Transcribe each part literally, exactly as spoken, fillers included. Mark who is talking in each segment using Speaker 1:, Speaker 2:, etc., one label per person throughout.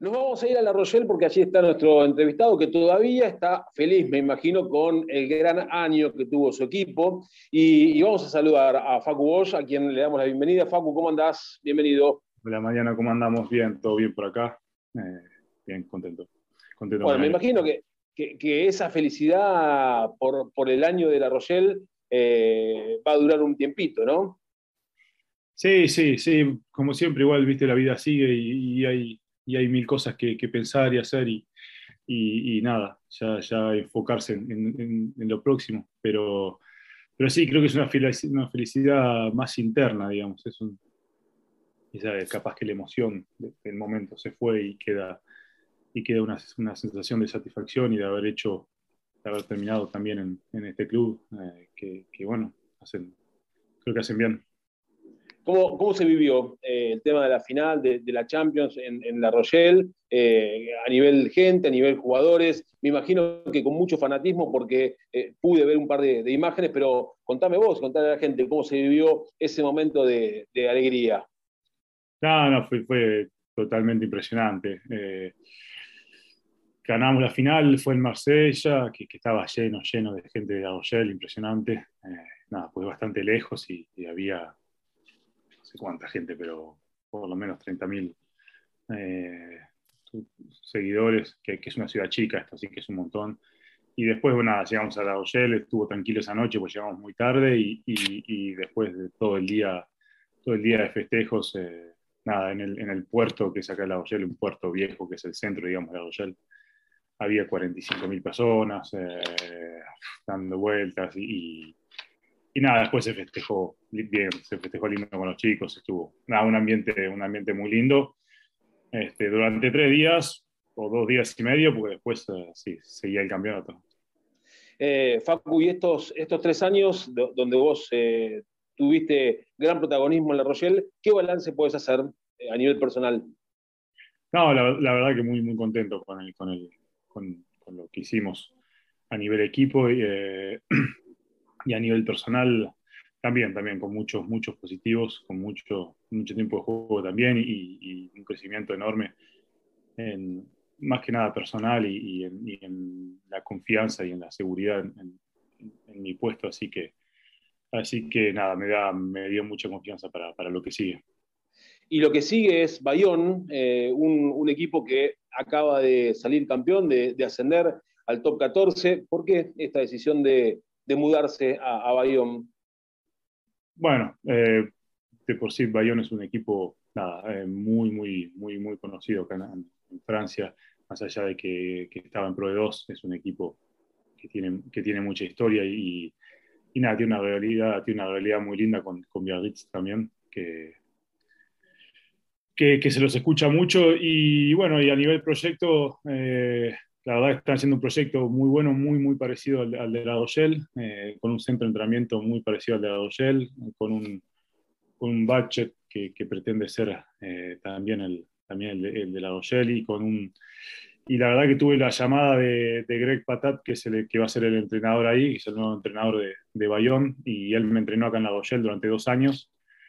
Speaker 1: Nos vamos a ir a La Rochelle porque allí está nuestro entrevistado que todavía está feliz, me imagino, con el gran año que tuvo su equipo. Y, y vamos a saludar a Facu Bosch, a quien le damos la bienvenida. Facu, ¿cómo andás? Bienvenido.
Speaker 2: Hola Mariana, ¿cómo andamos? Bien, todo bien por acá. Eh, bien, contento. Contento
Speaker 1: Bueno,
Speaker 2: con
Speaker 1: me
Speaker 2: el año.
Speaker 1: imagino que, que, que esa felicidad por, por el año de La Rochelle eh, va a durar un tiempito, ¿no?
Speaker 2: Sí, sí, sí, como siempre, igual, viste, la vida sigue y, y hay, y hay mil cosas que, que pensar y hacer y, y, y nada, ya, ya enfocarse en, en- en lo próximo. Pero, pero sí, creo que es una felicidad, una felicidad más interna, digamos. Es un, esa- capaz que la emoción de- del momento se fue y queda, y queda una, una sensación de satisfacción y de haber hecho, de haber terminado también en, en este club, eh, que, que, bueno, hacen, creo que hacen bien.
Speaker 1: ¿Cómo, cómo se vivió eh, el tema de la final de, de la Champions en, en La Rochelle, eh, a nivel gente, a nivel jugadores? Me imagino que con mucho fanatismo porque eh, pude ver un par de, de imágenes, pero contame vos, contale a la gente cómo se vivió ese momento de, de alegría.
Speaker 2: No, no, fue, fue totalmente impresionante. Eh, ganamos la final, fue en Marsella, que, que estaba lleno, lleno de gente de La Rochelle, impresionante. Eh, nada, pues bastante lejos y, y había, no sé cuánta gente, pero por lo menos treinta mil eh, seguidores, que, que es una ciudad chica, esto así que es un montón. Y después, bueno, nada, llegamos a La Rochelle, estuvo tranquilo esa noche, pues llegamos muy tarde y, y, y después de todo el día, todo el día de festejos, eh, nada, en el, en el puerto que es acá en La Rochelle, un puerto viejo que es el centro, digamos, de La Rochelle, había cuarenta y cinco mil personas eh, dando vueltas y, y, y, nada, después se festejó bien, se festejó lindo con los chicos, estuvo, nada, un ambiente, un ambiente muy lindo. Este, durante tres días o dos días y medio, porque después eh, sí, seguía el campeonato.
Speaker 1: Eh, Facu, y estos, estos tres años do, donde vos eh, tuviste gran protagonismo en La Rochelle, ¿qué balance puedes hacer eh, a nivel personal?
Speaker 2: No, la, la, verdad que muy, muy contento con, el, con, el, con, con lo que hicimos a nivel equipo y, eh, y a nivel personal también, también con muchos, muchos positivos, con mucho, mucho tiempo de juego también y, y un crecimiento enorme, en, más que nada personal y, y, en, y, en, la confianza y en la seguridad en, en, en mi puesto, así que, así que nada, me, da, me dio mucha confianza para, para lo que sigue.
Speaker 1: Y lo que sigue es Bayón, eh, un, un, equipo que acaba de salir campeón, de, de ascender al top catorce. ¿Por qué esta decisión de, de mudarse a, a Bayón?
Speaker 2: Bueno, eh, de por sí Bayón es un equipo nada, eh, muy, muy, muy, muy conocido acá en, en Francia, más allá de que, que estaba en Pro de dos, es un equipo que tiene, que tiene mucha historia y, y nada, tiene una realidad, tiene una realidad muy linda con, con Biarritz también, que, que, que, se los escucha mucho y bueno, y a nivel proyecto, eh, la verdad están haciendo un proyecto muy bueno, muy, muy parecido al, al de La Rochelle, eh, con un centro de entrenamiento muy parecido al de La Rochelle, con un, con un budget que, que pretende ser eh, también, el, también el, de, el de La Rochelle y con un... Y la verdad que tuve la llamada de, de Greg Patat, que, es el, que va a ser el entrenador ahí, que es el nuevo entrenador de, de Bayonne, y él me entrenó acá en La Rochelle durante dos años.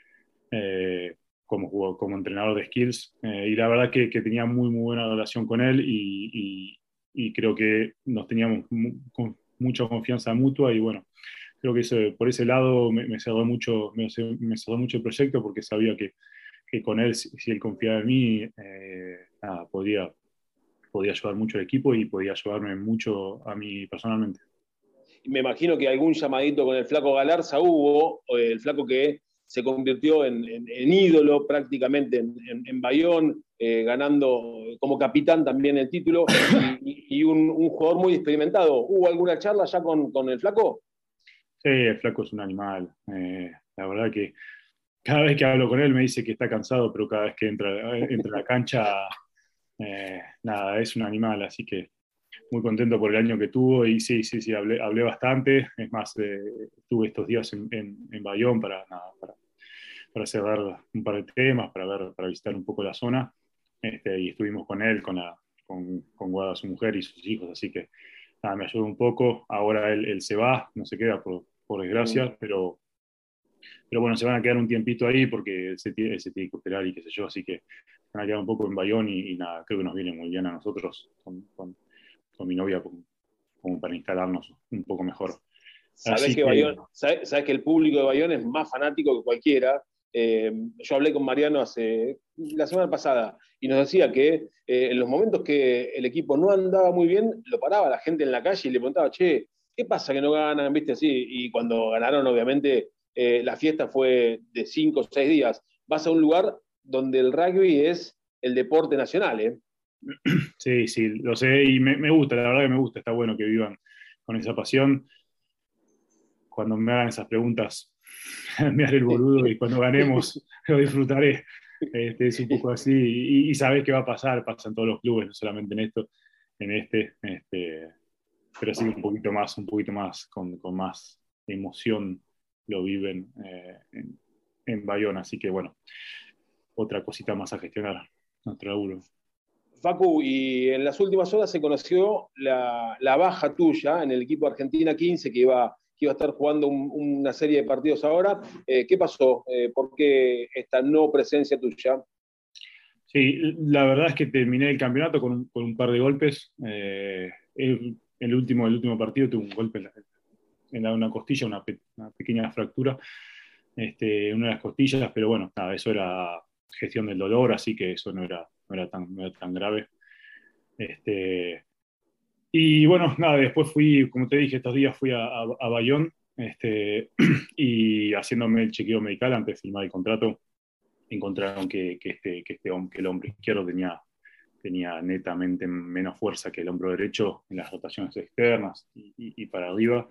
Speaker 2: Eh, como, jugó, como entrenador de skills eh, y la verdad que, que, tenía muy muy buena relación con él y, y, y creo que nos teníamos mu con mucha confianza mutua y bueno, creo que eso, por ese lado me, me, cerró mucho, me, me cerró mucho el proyecto porque sabía que, que con él, si, si él confiaba en mí, eh, nada, podía, podía ayudar mucho al equipo y podía ayudarme mucho a mí personalmente.
Speaker 1: Me imagino que algún llamadito con el flaco Galarza hubo, el flaco que se convirtió en, en, en ídolo prácticamente en, en, en Bayón, eh, ganando como capitán también el título, y, y un, un, jugador muy experimentado. ¿Hubo alguna charla ya con, con el flaco?
Speaker 2: Sí, el flaco es un animal. Eh, la verdad que cada vez que hablo con él me dice que está cansado, pero cada vez que entra, entra a la cancha, eh, nada, es un animal, así que muy contento por el año que tuvo y sí, sí, sí, hablé, hablé bastante. Es más, eh, estuve estos días en, en, en Bayón para, nada, para, para cerrar un par de temas, para, ver, para visitar un poco la zona. Este, y estuvimos con él, con, la, con, con Guada, su mujer y sus hijos, así que nada, me ayudó un poco. Ahora él, él se va, no se queda por, por desgracia, mm. pero, pero bueno, se van a quedar un tiempito ahí porque él se, tiene, él se tiene que operar y qué sé yo, así que van a quedar un poco en Bayón y, y nada, creo que nos viene muy bien a nosotros con, con, con mi novia como, como para instalarnos un poco mejor.
Speaker 1: Sabés
Speaker 2: Así
Speaker 1: que,
Speaker 2: que
Speaker 1: Bayón, sabés, sabés que el público de Bayón es más fanático que cualquiera. Eh, yo hablé con Mariano hace la semana pasada y nos decía que eh, en los momentos que el equipo no andaba muy bien, lo paraba la gente en la calle y le preguntaba, che, ¿qué pasa que no ganan? ¿Viste así? Y cuando ganaron, obviamente, eh, la fiesta fue de cinco o seis días. Vas a un lugar donde el rugby es el deporte nacional, ¿eh?
Speaker 2: sí, sí, lo sé y me, me gusta, la verdad que me gusta, está bueno que vivan con esa pasión. Cuando me hagan esas preguntas, me haré el boludo y cuando ganemos lo disfrutaré. Este, es un poco así y, y sabés qué va a pasar, pasa en todos los clubes, no solamente en esto, en este, este pero sí un poquito más, un poquito más, con, con más emoción lo viven eh, en, en Bayona, así que bueno, otra cosita más a gestionar, nuestro laburo.
Speaker 1: Facu, y en las últimas horas se conoció la, la baja tuya en el equipo Argentina quince que iba, que iba a estar jugando un, una serie de partidos ahora. Eh, ¿Qué pasó? Eh, ¿Por qué esta no presencia tuya?
Speaker 2: Sí, la verdad es que terminé el campeonato con un, con un par de golpes. Eh, el, el, último, el último partido tuve un golpe en, la, en la, una costilla, una, pe, una pequeña fractura este, en una de las costillas, pero bueno, nada, eso era gestión del dolor, así que eso no era, no era, tan, no era tan grave. Este, y bueno, nada, después fui, como te dije, estos días fui a, a, a Bayón este, y haciéndome el chequeo medical antes de firmar el contrato, encontraron que, que, este, que, este, que el hombro izquierdo tenía, tenía netamente menos fuerza que el hombro derecho en las rotaciones externas y, y, y para arriba.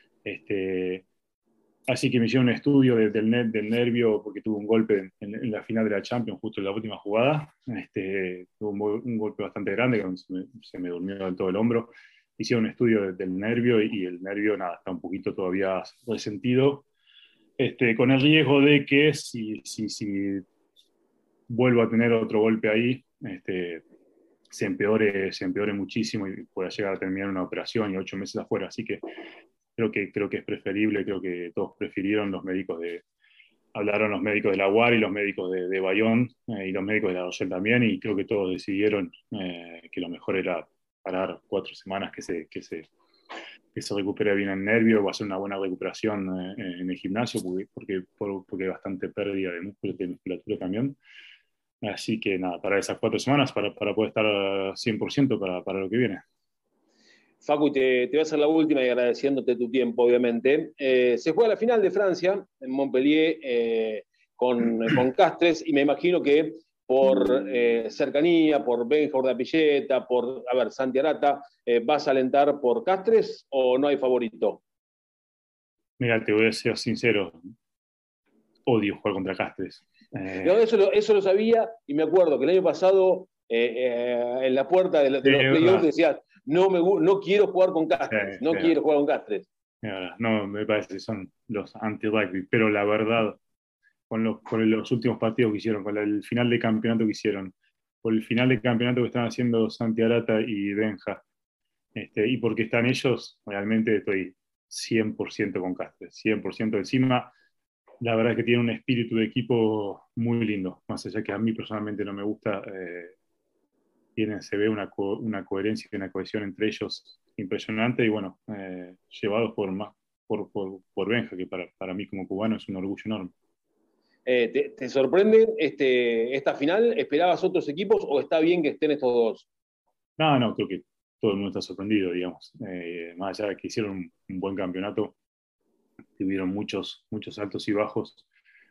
Speaker 2: Este, así que me hicieron un estudio de, del, net, del nervio porque tuve un golpe en, en, la final de la Champions, justo en la última jugada. Este, tuve un, un, golpe bastante grande, que se me, se me durmió del todo el hombro. Hicieron un estudio de, del nervio y, y el nervio nada, está un poquito todavía resentido. Este, con el riesgo de que si, si, si vuelvo a tener otro golpe ahí, este, se, empeore, se empeore muchísimo y pueda llegar a terminar una operación y ocho meses afuera. Así que creo que, creo que es preferible, creo que todos prefirieron los médicos de, hablaron los médicos de la U A R y los médicos de, de Bayón eh, y los médicos de la Rochelle también, y creo que todos decidieron eh, que lo mejor era parar cuatro semanas que se, que se, que se recupere bien el nervio, va a ser una buena recuperación eh, en el gimnasio porque, porque, porque hay bastante pérdida de músculo y de musculatura también. Así que nada, para esas cuatro semanas, para, para poder estar cien por ciento para, para lo que viene.
Speaker 1: Facu, te, te voy a hacer la última y agradeciéndote tu tiempo, obviamente. Eh, se juega la final de Francia en Montpellier eh, con, con Castres y me imagino que por eh, cercanía, por Benjor de Apilleta, por, a ver, Santi Arata, eh, ¿vas a alentar por Castres o no hay favorito?
Speaker 2: Mira, te voy a ser sincero, odio jugar contra Castres. Eh,
Speaker 1: No, eso, lo, eso lo sabía y me acuerdo que el año pasado eh, eh, en la puerta de, de
Speaker 2: sí,
Speaker 1: los
Speaker 2: es
Speaker 1: playoffs
Speaker 2: verdad.
Speaker 1: decías, no, me, no quiero jugar con
Speaker 2: Sí,
Speaker 1: Castres,
Speaker 2: sí,
Speaker 1: no quiero jugar con Castres.
Speaker 2: no, me parece que son los anti-rugby, pero la verdad, con los, con los últimos partidos que hicieron, con la, el final de campeonato que hicieron, por el final de campeonato que están haciendo Santi Arata y Benja, este, y porque están ellos, realmente estoy cien por ciento con Castres, cien por ciento encima. La verdad es que tiene un espíritu de equipo muy lindo, más allá que a mí personalmente no me gusta. Eh, tienen, se ve una, co una coherencia y una cohesión entre ellos impresionante y bueno, eh, llevados por, más, por, por, por Benja, que para, para mí como cubano es un orgullo enorme.
Speaker 1: Eh, ¿te, ¿Te sorprende este, esta final? ¿Esperabas otros equipos o está bien que estén estos dos?
Speaker 2: No, no, creo que todo el mundo está sorprendido, digamos. Eh, más allá de que hicieron un, un buen campeonato, tuvieron muchos, muchos altos y bajos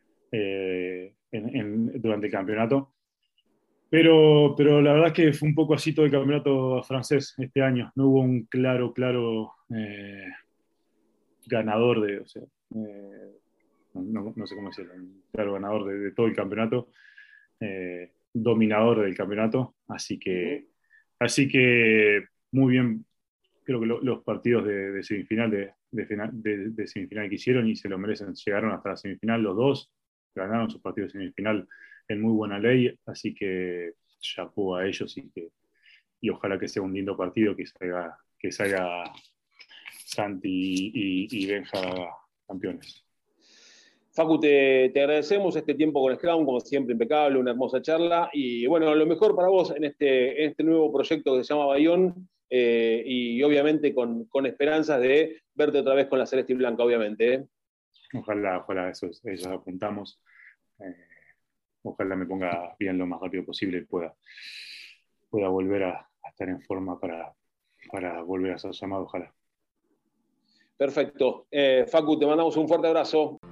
Speaker 2: eh, en, en, durante el campeonato. Pero, pero la verdad es que fue un poco así todo el campeonato francés este año. No hubo un claro, claro eh, ganador de, o sea, eh, no, no, sé cómo decirlo, un claro ganador de, de todo el campeonato, eh, dominador del campeonato. Así
Speaker 1: Uh -huh.
Speaker 2: que, así que muy bien, creo que lo, los partidos de, de semifinal de, de, final, de, de semifinal que hicieron y se lo merecen. Llegaron hasta la semifinal los dos, ganaron sus partidos de semifinal en muy buena ley, así que chapó a ellos y, que, y ojalá que sea un lindo partido, que salga, que salga Santi y, y, y Benja campeones.
Speaker 1: Facu, te, te agradecemos este tiempo con Scrum, como siempre, impecable, una hermosa charla. Y bueno, lo mejor para vos en este, en este nuevo proyecto que se llama Bayón, eh, y obviamente con, con esperanzas de verte otra vez con la Celeste y Blanca, obviamente. ¿eh?
Speaker 2: Ojalá, ojalá eso, eso apuntamos. Eh, ojalá me ponga bien lo más rápido posible y pueda, pueda volver a, a estar en forma para, para volver a ser llamado, ojalá.
Speaker 1: Perfecto. Eh, Facu, te mandamos un fuerte abrazo.